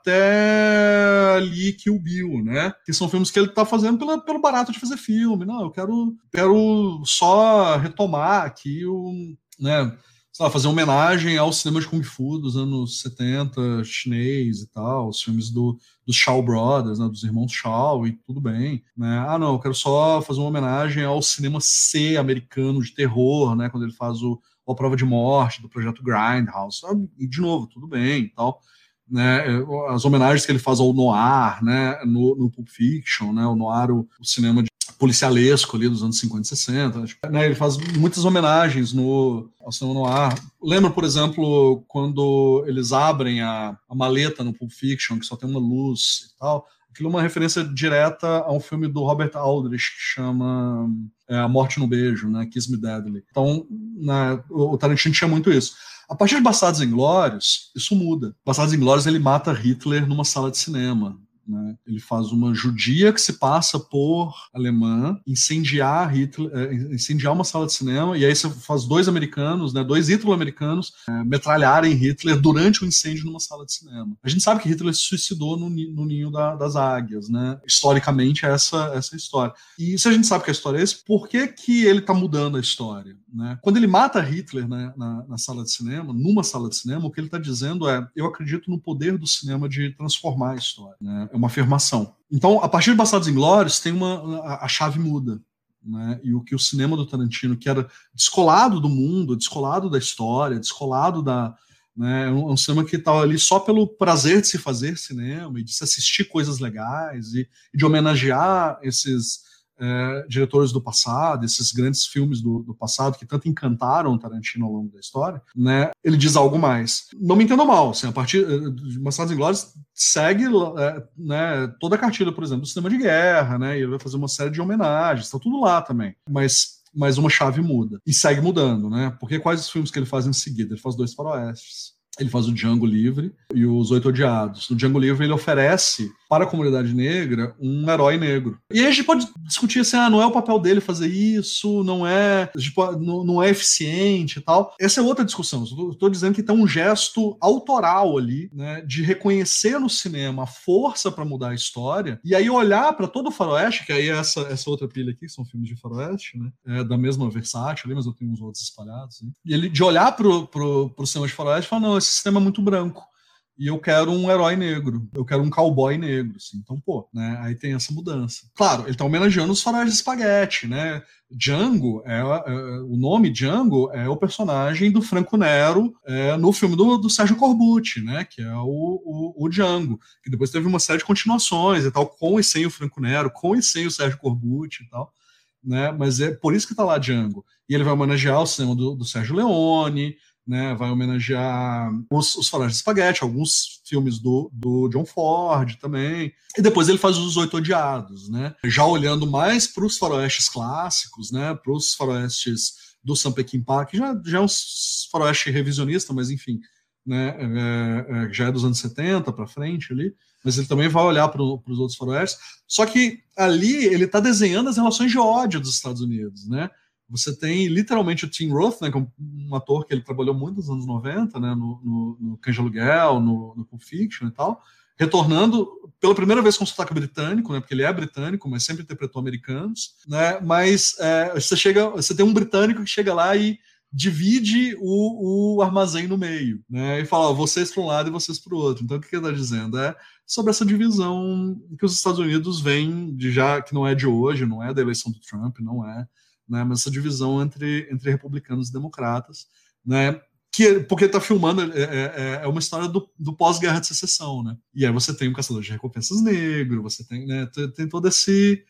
até ali Kill Bill, né? Que são filmes que ele tá fazendo pelo barato de fazer filme. Não, eu quero só retomar aqui né, sei lá, fazer uma homenagem ao cinema de Kung Fu dos anos 70, chinês e tal, os filmes dos Shaw Brothers, né, dos irmãos Shaw, e tudo bem, né? Ah, não, eu quero só fazer uma homenagem ao cinema C americano de terror, né? Quando ele faz A Prova de Morte, do Projeto Grindhouse, sabe? E, de novo, tudo bem e tal. Né, as homenagens que ele faz ao noir, né, no Pulp Fiction, né, o noir, o cinema policialesco ali dos anos 50 e 60, né, ele faz muitas homenagens ao cinema noir. Lembra, por exemplo, quando eles abrem a maleta no Pulp Fiction, que só tem uma luz e tal, Aquilo é uma referência direta a um filme do Robert Aldrich que chama A Morte no Beijo, né? Kiss Me Deadly. Então, né, o Tarantino tinha muito isso. A partir de Bastardos Inglórios, isso muda. Bastardos Inglórios, ele mata Hitler numa sala de cinema. Né? Ele faz uma judia que se passa por alemã incendiar Hitler, incendiar uma sala de cinema, e aí você faz dois americanos, né, dois ítalo-americanos metralharem Hitler durante o incêndio numa sala de cinema. A gente sabe que Hitler se suicidou no ninho das águias, né? Historicamente essa é a história. E se a gente sabe que a história é essa, por que ele está mudando a história? Né? Quando ele mata Hitler, né, na sala de cinema, numa sala de cinema, o que ele está dizendo é: eu acredito no poder do cinema de transformar a história. Né? É uma afirmação. Então, a partir de Bastardos Inglórios, tem a chave muda. Né? E o que o cinema do Tarantino, que era descolado do mundo, descolado da história, descolado da... Né? É um cinema que estava ali só pelo prazer de se fazer cinema e de se assistir coisas legais e de homenagear esses diretores do passado, esses grandes filmes do passado que tanto encantaram o Tarantino ao longo da história, né? Ele diz algo mais. Não me entendam mal, assim, a partir de Bastardos Inglórios segue né, toda a cartilha, por exemplo, do cinema de guerra, né? E ele vai fazer uma série de homenagens, está tudo lá também. Mas uma chave muda. E segue mudando, né? Porque quais os filmes que ele faz em seguida? Ele faz dois faroestes. Ele faz o Django Livre e os Oito Odiados. No Django Livre ele oferece para a comunidade negra um herói negro. E aí a gente pode discutir assim, não é o papel dele fazer isso, não é eficiente e tal. Essa é outra discussão. Estou dizendo que tem um gesto autoral ali, né, de reconhecer no cinema a força para mudar a história, e aí olhar para todo o faroeste, que aí é essa outra pilha aqui, que são filmes de faroeste, né, da mesma Versátil ali, mas eu tenho uns outros espalhados. Né? E ele, de olhar pro cinema de faroeste, fala, não, esse cinema é muito branco. E eu quero um herói negro, eu quero um cowboy negro, assim. Então, né, aí tem essa mudança. Claro, ele tá homenageando os faróis de espaguete, né? Django, o nome Django é o personagem do Franco Nero no filme do Sérgio Corbucci, né? Que é o Django, que depois teve uma série de continuações e tal, com e sem o Franco Nero, com e sem o Sérgio Corbucci e tal, né? Mas é por isso que tá lá Django. E ele vai homenagear o cinema do Sérgio Leone, né, vai homenagear os faróis de espaguete, alguns filmes do John Ford também. E depois ele faz os Oito Odiados, né, já olhando mais para os faroestes clássicos, né, para os faroestes do Sam Peckinpah, que já é um faroeste revisionista, mas enfim, né, já é dos anos 70 para frente ali, mas ele também vai olhar para os outros faroestes. Só que ali ele está desenhando as relações de ódio dos Estados Unidos, né? Você tem literalmente o Tim Roth, né, que é um ator que ele trabalhou muito nos anos 90, né, no Cães de Aluguel, no Pulp Fiction e tal, retornando pela primeira vez com sotaque britânico, né, porque ele é britânico, mas sempre interpretou americanos, né, mas você tem um britânico que chega lá e divide o armazém no meio, né, e fala, vocês para um lado e vocês para o outro. Então o que ele está dizendo? É sobre essa divisão que os Estados Unidos vêm que não é de hoje, não é da eleição do Trump, não é, né, mas essa divisão entre republicanos e democratas, né, porque está filmando uma história do pós-guerra de secessão, né, e aí você tem um caçador de recompensas negro, você tem, né, tem todo esse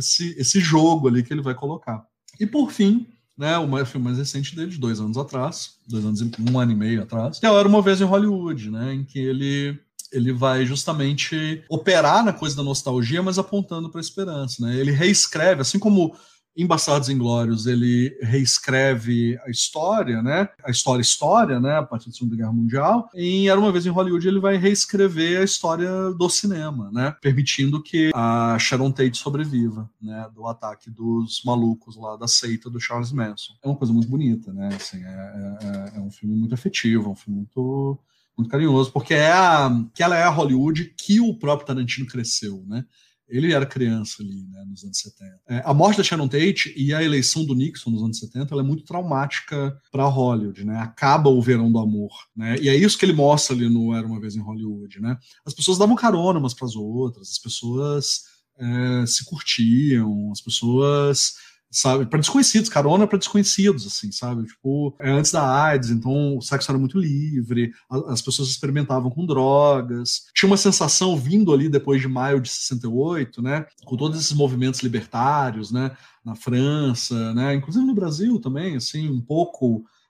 jogo ali que ele vai colocar. E por fim, né, o filme mais recente dele, de 2 anos atrás, 1 ano e meio atrás, que Era Uma Vez em Hollywood, né, em que ele vai justamente operar na coisa da nostalgia, mas apontando para a esperança, né, ele reescreve, assim como em Bastardos Inglórios ele reescreve a história, né? A história, né? A partir da Segunda Guerra Mundial. Em Era Uma Vez em Hollywood ele vai reescrever a história do cinema, né? Permitindo que a Sharon Tate sobreviva, né? Do ataque dos malucos lá da seita do Charles Manson. É uma coisa muito bonita, né? Assim, é um filme muito afetivo, é um filme muito carinhoso, porque ela é a Hollywood que o próprio Tarantino cresceu, né? Ele era criança ali, né, nos anos 70. A morte da Sharon Tate e a eleição do Nixon nos anos 70 ela é muito traumática para Hollywood, né? Acaba o verão do amor, né? E é isso que ele mostra ali no Era Uma Vez em Hollywood, né? As pessoas davam carona umas para as outras, as pessoas se curtiam, as pessoas, sabe, para desconhecidos, carona para desconhecidos, assim, sabe? Tipo, antes da AIDS, então o sexo era muito livre, as pessoas experimentavam com drogas, tinha uma sensação vindo ali depois de maio de 68, né? Com todos esses movimentos libertários, né? Na França, né? Inclusive no Brasil também, assim, um pouco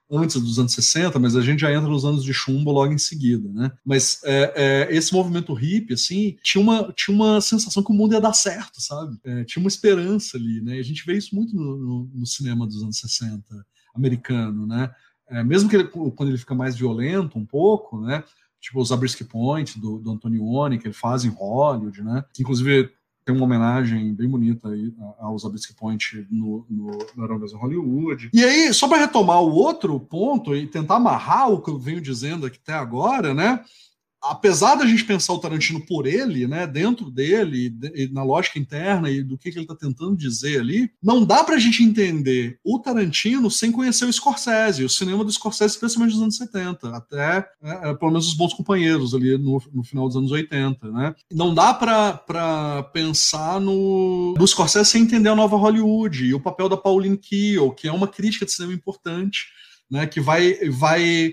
antes dos anos 60, mas a gente já entra nos anos de chumbo logo em seguida, né? Mas esse movimento hippie, assim, tinha uma sensação que o mundo ia dar certo, sabe? Tinha uma esperança ali, né? E a gente vê isso muito no cinema dos anos 60 americano, né? Mesmo que quando ele fica mais violento um pouco, né? Tipo o Zabriskie Point, do Antonioni, que ele faz em Hollywood, né? Que, inclusive, tem uma homenagem bem bonita aí ao Zabriskie Point no Era Uma Vez em Hollywood. E aí, só para retomar o outro ponto e tentar amarrar o que eu venho dizendo aqui até agora, né? Apesar da gente pensar o Tarantino por ele, né, dentro dele, e na lógica interna e do que ele está tentando dizer ali, não dá para a gente entender o Tarantino sem conhecer o Scorsese, o cinema do Scorsese, especialmente dos anos 70, até pelo menos os Bons Companheiros ali no final dos anos 80. Né? Não dá para pensar no Scorsese sem entender a nova Hollywood e o papel da Pauline Kael, que é uma crítica de cinema importante, né, que vai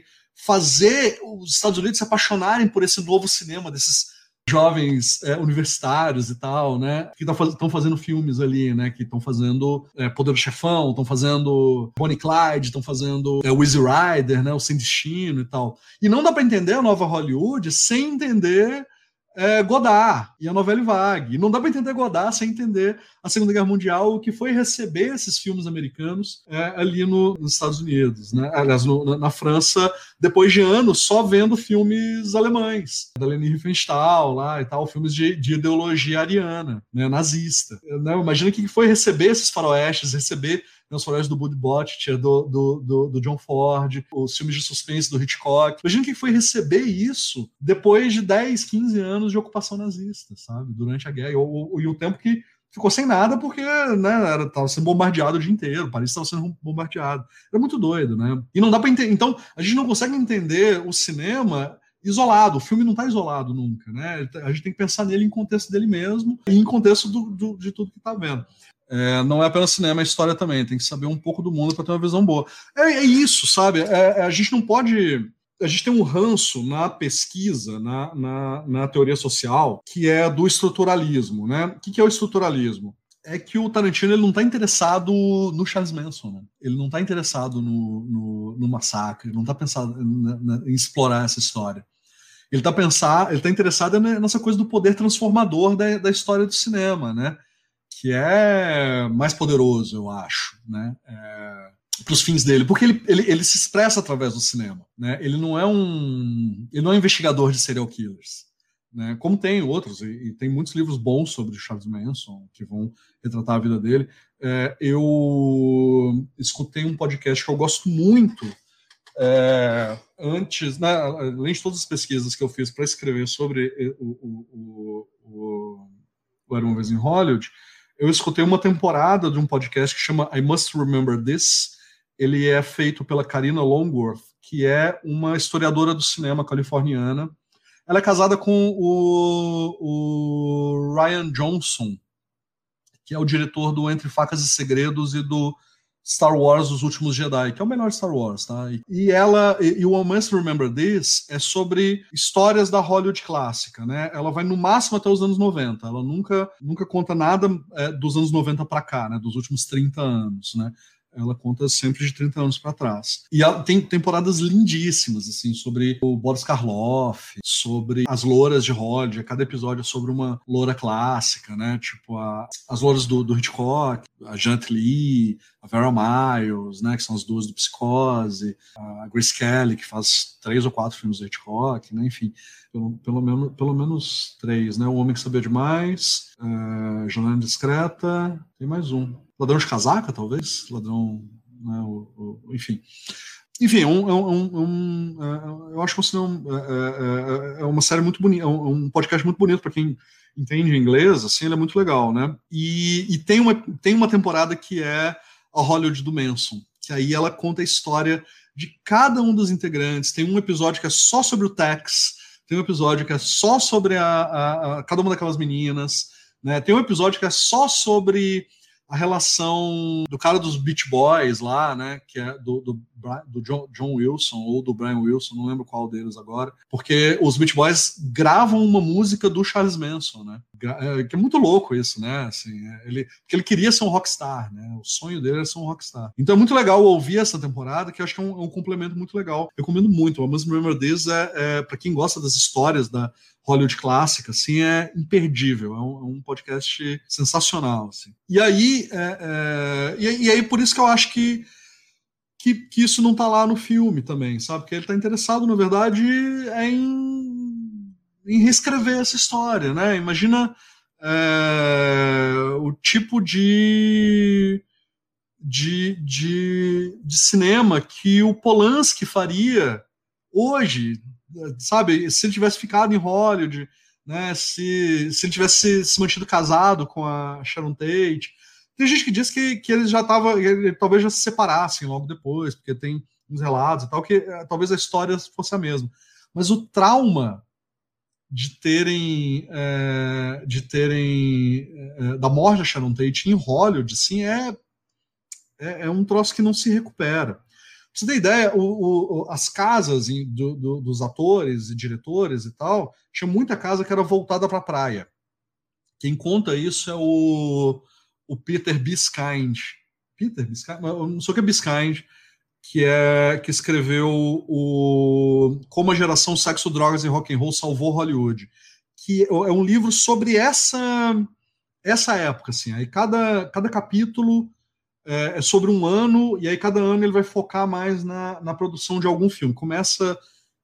fazer os Estados Unidos se apaixonarem por esse novo cinema, desses jovens universitários e tal, né, que estão fazendo filmes ali, né, que estão fazendo Poder do Chefão, estão fazendo Bonnie e Clyde, estão fazendo o Easy Rider, né, o Sem Destino e tal. E não dá para entender a nova Hollywood sem entender Godard e a Nouvelle Vague. E não dá para entender Godard sem entender a Segunda Guerra Mundial, o que foi receber esses filmes americanos ali nos Estados Unidos, né? Aliás, na França, depois de anos só vendo filmes alemães, da Leni Riefenstahl lá e tal, filmes de ideologia ariana, né, nazista. Né? Imagina o que foi receber esses faroestes, receber os faroestes do Bud Botticher, do John Ford, os filmes de suspense do Hitchcock. Imagina o que foi receber isso depois de 10, 15 anos de ocupação nazista, sabe? Durante a guerra. E o tempo que ficou sem nada porque, né, estava sendo bombardeado o dia inteiro, Paris estava sendo bombardeado. Era muito doido, né? E não dá para entender. Então, a gente não consegue entender o cinema isolado. O filme não está isolado nunca, né? A gente tem que pensar nele em contexto dele mesmo e em contexto de tudo que está vendo. Não é apenas cinema, é história também. Tem que saber um pouco do mundo para ter uma visão boa. É isso, sabe? A gente não pode... A gente tem um ranço na pesquisa, na teoria social, que é do estruturalismo, né? O que é o estruturalismo? É que o Tarantino ele não está interessado no Charles Manson, né? Ele não está interessado no massacre, ele não está pensando em explorar essa história. Ele está interessado nessa coisa do poder transformador da história do cinema, né? Que é mais poderoso, eu acho, né? Para os fins dele, porque ele se expressa através do cinema, né? Ele não é um investigador de serial killers, né? Como tem outros, e tem muitos livros bons sobre Charles Manson que vão retratar a vida dele. Eu escutei um podcast que eu gosto muito antes, né, além de todas as pesquisas que eu fiz para escrever sobre o Era Uma Vez em Hollywood. Eu escutei uma temporada de um podcast que chama I Must Remember This. Ele é feito pela Karina Longworth, que é uma historiadora do cinema californiana. Ela é casada com o Rian Johnson, que é o diretor do Entre Facas e Segredos e do Star Wars Os Últimos Jedi, que é o melhor Star Wars, tá? E o I Must Remember This é sobre histórias da Hollywood clássica, né? Ela vai no máximo até os anos 90, ela nunca conta nada dos anos 90 para cá, né? Dos últimos 30 anos, né? Ela conta sempre de 30 anos para trás. E ela tem temporadas lindíssimas, assim, sobre o Boris Karloff, sobre as louras de Hollywood. Cada episódio é sobre uma loura clássica, né? Tipo as louras do Hitchcock, a Janet Leigh, a Vera Miles, né? Que são as duas do Psicose, a Grace Kelly, que faz 3 ou 4 filmes do Hitchcock, né? Enfim, pelo menos 3, né? O Homem que Sabia Demais, Janela Indiscreta, tem mais um. Ladrão de Casaca, talvez? Ladrão, né, enfim. Enfim, eu acho que é uma série muito bonita, um podcast muito bonito para quem entende inglês, assim, ele é muito legal, né? E tem uma temporada que é a Hollywood do Manson, que aí ela conta a história de cada um dos integrantes. Tem um episódio que é só sobre o Tex, tem um episódio que é só sobre cada uma daquelas meninas, né? Tem um episódio que é só sobre a relação do cara dos Beach Boys lá, né, que é do John Wilson ou do Brian Wilson, não lembro qual deles agora, porque os Beach Boys gravam uma música do Charles Manson, né, que é muito louco isso, né, assim, porque ele queria ser um rockstar, né, o sonho dele era ser um rockstar. Então é muito legal ouvir essa temporada, que eu acho que é um complemento muito legal. Eu recomendo muito. A Must Remember This para quem gosta das histórias da Hollywood clássica, assim, é imperdível, é um podcast sensacional, assim. E aí, por isso que eu acho que isso não tá lá no filme também, sabe? Porque ele tá interessado, na verdade, em reescrever essa história, né? Imagina o tipo de cinema que o Polanski faria hoje, sabe? Se ele tivesse ficado em Hollywood, né? Se ele tivesse se mantido casado com a Sharon Tate. Tem gente que diz que ele já estava, talvez já se separassem logo depois, porque tem uns relatos e tal, que talvez a história fosse a mesma. Mas o trauma de terem da morte da Sharon Tate em Hollywood, assim, é um troço que não se recupera. Pra você ter ideia, as casas dos atores e diretores e tal, tinha muita casa que era voltada para a praia. Quem conta isso é o Peter Biskind. Peter Biskind? Eu não sei o que é Biskind, que escreveu Como a Geração Sexo, Drogas e Rock and Roll Salvou Hollywood, que é um livro sobre essa época, assim. Aí cada capítulo é sobre um ano, e aí cada ano ele vai focar mais na produção de algum filme. Começa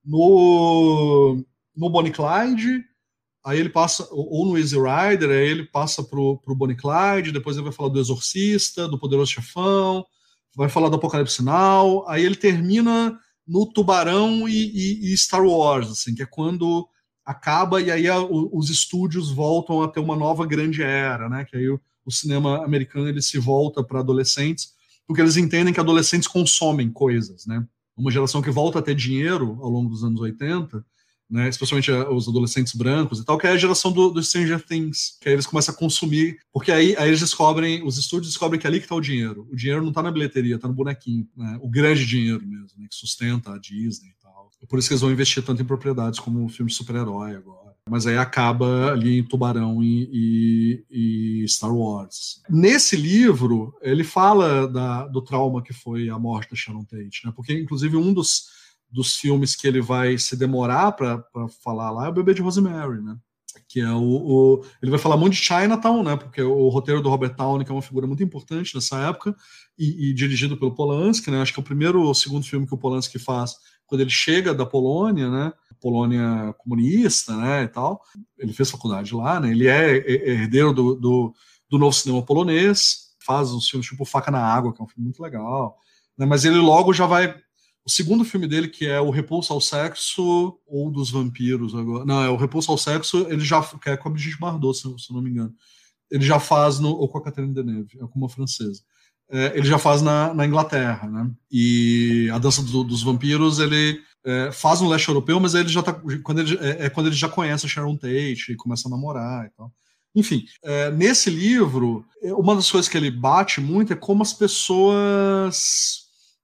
no Bonnie e Clyde, aí ele passa, ou no Easy Rider, aí ele passa pro Bonnie e Clyde, depois ele vai falar do Exorcista, do Poderoso Chefão, vai falar do Apocalipse Now, aí ele termina no Tubarão e Star Wars, assim, que é quando acaba, e aí os estúdios voltam a ter uma nova grande era, né, que aí o cinema americano ele se volta para adolescentes, porque eles entendem que adolescentes consomem coisas, né? Uma geração que volta a ter dinheiro ao longo dos anos 80, né? Especialmente os adolescentes brancos e tal, que é a geração do Stranger Things, que aí eles começam a consumir, porque aí eles descobrem, os estúdios descobrem que é ali que está o dinheiro. O dinheiro não está na bilheteria, está no bonequinho, né? O grande dinheiro mesmo, né? Que sustenta a Disney e tal. É por isso que eles vão investir tanto em propriedades como um filme de super-herói agora. Mas aí acaba ali em Tubarão e Star Wars. Nesse livro, ele fala do trauma que foi a morte da Sharon Tate, né? Porque, inclusive, um dos filmes que ele vai se demorar para falar lá é o Bebê de Rosemary, né? Que é ele vai falar muito de Chinatown, né? Porque o roteiro do Robert Downey, que é uma figura muito importante nessa época, e dirigido pelo Polanski, né? Acho que é o primeiro ou segundo filme que o Polanski faz quando ele chega da Polônia, né? Polônia comunista, né, e tal. Ele fez faculdade lá, né? Ele é herdeiro do novo cinema polonês, faz uns filmes tipo Faca na Água, que é um filme muito legal, né? Mas ele logo já vai... O segundo filme dele, que é o Repulso ao Sexo, ou dos Vampiros agora. Não, é o Repulso ao Sexo, ele já... que é com a Brigitte Bardot, se eu não me engano. Ele já faz ou com a Catherine Deneuve, é com uma francesa. Ele já faz na Inglaterra, né? E A Dança dos Vampiros, ele faz no leste europeu, mas ele já tá quando ele já conhece a Sharon Tate e começa a namorar e tal. Enfim, nesse livro, uma das coisas que ele bate muito é como as pessoas,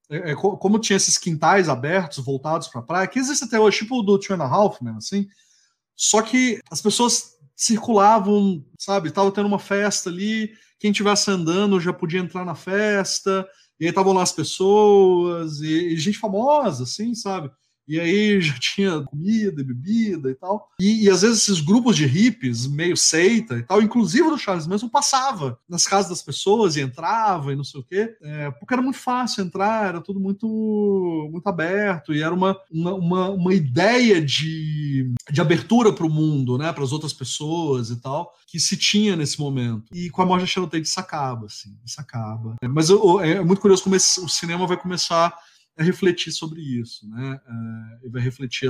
como tinha esses quintais abertos voltados para a praia, que existe até hoje, tipo o do Two and a Half Men, assim. Só que as pessoas circulavam, sabe? Tava tendo uma festa ali, quem estivesse andando já podia entrar na festa, e aí estavam lá as pessoas, e gente famosa, assim, sabe? E aí já tinha comida e bebida e tal. E às vezes esses grupos de hippies, meio seita e tal, inclusive do Charles Manson, passava nas casas das pessoas e entrava e não sei o quê, porque era muito fácil entrar, era tudo muito, muito aberto, e era uma ideia de abertura para o mundo, né, para as outras pessoas e tal, que se tinha nesse momento. E com a morte da Sharon Tate isso acaba, assim, isso acaba. Mas é muito curioso como o cinema vai começar a refletir sobre isso, né? E vai refletir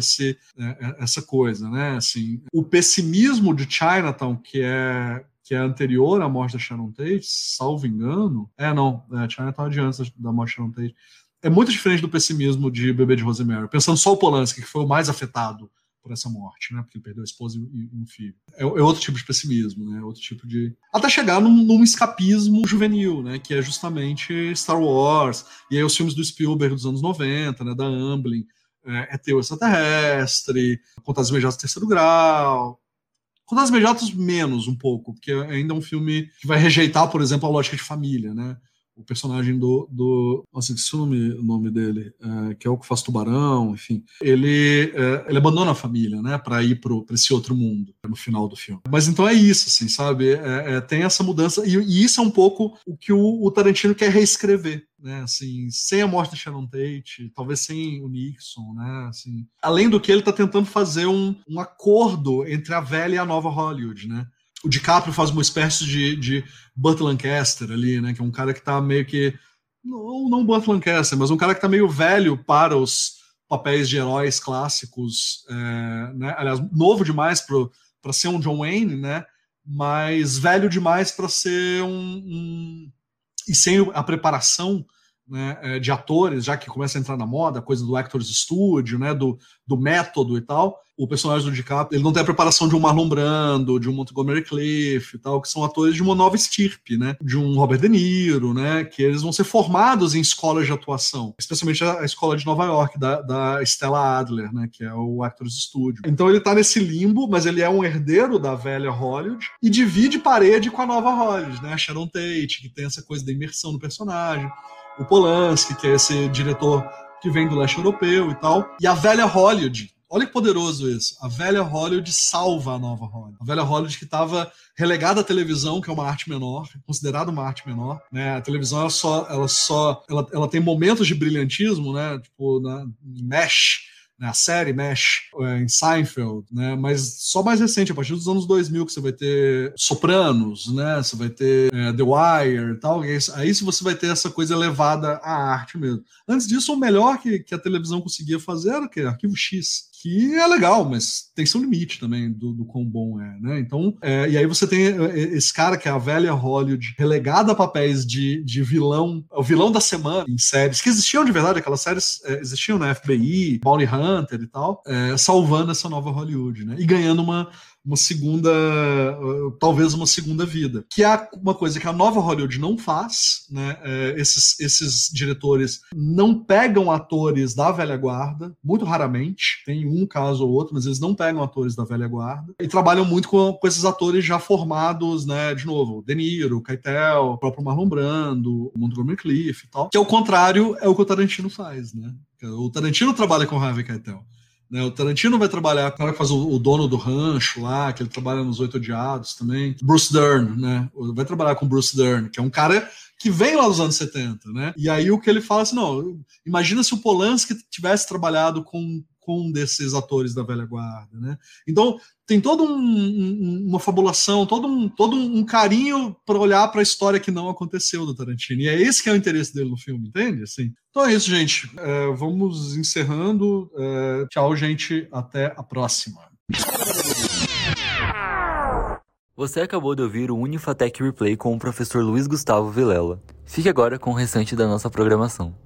essa coisa, né? Assim, o pessimismo de Chinatown, que é anterior à morte da Sharon Tate, salvo engano, Chinatown é de antes da morte da Sharon Tate, é muito diferente do pessimismo de Bebê de Rosemary. Pensando só o Polanski, que foi o mais afetado por essa morte, né? Porque ele perdeu a esposa e um filho. É outro tipo de pessimismo, né? Outro tipo de... Até chegar num escapismo juvenil, né? Que é justamente Star Wars, e aí os filmes do Spielberg dos anos 90, né? Da Amblin, ET extraterrestre, Contatos Imediatos do Terceiro Grau... Contatos Imediatos menos um pouco, porque ainda é um filme que vai rejeitar, por exemplo, a lógica de família, né? O personagem nossa, esqueci o nome dele, que é o que faz Tubarão, enfim. Ele abandona a família, né, para ir para esse outro mundo no final do filme. Mas então é isso, assim, sabe? Tem essa mudança, e isso é um pouco o que o Tarantino quer reescrever, né? Assim, sem a morte de Sharon Tate, talvez sem o Nixon, né? Assim, além do que ele está tentando fazer um acordo entre a velha e a nova Hollywood, né? O DiCaprio faz uma espécie de Burt Lancaster ali, né? Que é um cara que tá meio que... Não Burt Lancaster, mas um cara que tá meio velho para os papéis de heróis clássicos, né? Aliás, novo demais para ser um John Wayne, né? Mas velho demais para ser e sem a preparação, né, de atores, já que começa a entrar na moda, a coisa do Actors Studio, né, do método e tal. O personagem do DiCaprio, ele não tem a preparação de um Marlon Brando, de um Montgomery Clift e tal, que são atores de uma nova estirpe, né, de um Robert De Niro, né, que eles vão ser formados em escolas de atuação, especialmente a escola de Nova York, da Stella Adler, né, que é o Actors Studio. Então ele tá nesse limbo, mas ele é um herdeiro da velha Hollywood e divide parede com a nova Hollywood, né, a Sharon Tate, que tem essa coisa da imersão no personagem, o Polanski, que é esse diretor que vem do leste europeu e tal, e a velha Hollywood. Olha que poderoso isso. A velha Hollywood salva a nova Hollywood. A velha Hollywood que estava relegada à televisão, que é uma arte menor, considerada uma arte menor, né? A televisão ela tem momentos de brilhantismo, né? Tipo na MASH, né? A série MASH, em Seinfeld, né? Mas só mais recente, a partir dos anos 2000, que você vai ter Sopranos, né? Você vai ter The Wire e tal. Aí você vai ter essa coisa elevada à arte mesmo. Antes disso, o melhor que a televisão conseguia fazer era o quê? Arquivo X. Que é legal, mas tem seu limite também do quão bom é, né? Então, e aí você tem esse cara que é a velha Hollywood, relegada a papéis de vilão, o vilão da semana em séries, que existiam de verdade, aquelas séries existiam na FBI, Bounty Hunter e tal, salvando essa nova Hollywood, né? E ganhando uma segunda, talvez uma segunda vida. Que é uma coisa que a nova Hollywood não faz, né? Esses diretores não pegam atores da velha guarda, muito raramente, tem um caso ou outro, mas eles não pegam atores da velha guarda, e trabalham muito com esses atores já formados, né? De novo, De Niro, Keitel, o próprio Marlon Brando, o Montgomery Clift e tal, que ao contrário é o que o Tarantino faz, né? O Tarantino trabalha com Harvey Keitel. Né, o Tarantino vai trabalhar com o cara que faz o dono do rancho lá, que ele trabalha nos Oito Odiados também. Bruce Dern, né? Vai trabalhar com Bruce Dern, que é um cara que vem lá dos anos 70, né? E aí o que ele fala assim, não, imagina se o Polanski tivesse trabalhado com um desses atores da velha guarda, né? Então tem toda uma fabulação, todo um carinho para olhar para a história que não aconteceu do Tarantino. E é esse que é o interesse dele no filme, entende? Assim. Então é isso, gente. Vamos encerrando. Tchau, gente. Até a próxima. Você acabou de ouvir o Unifatec Replay com o professor Luiz Gustavo Vilela. Fique agora com o restante da nossa programação.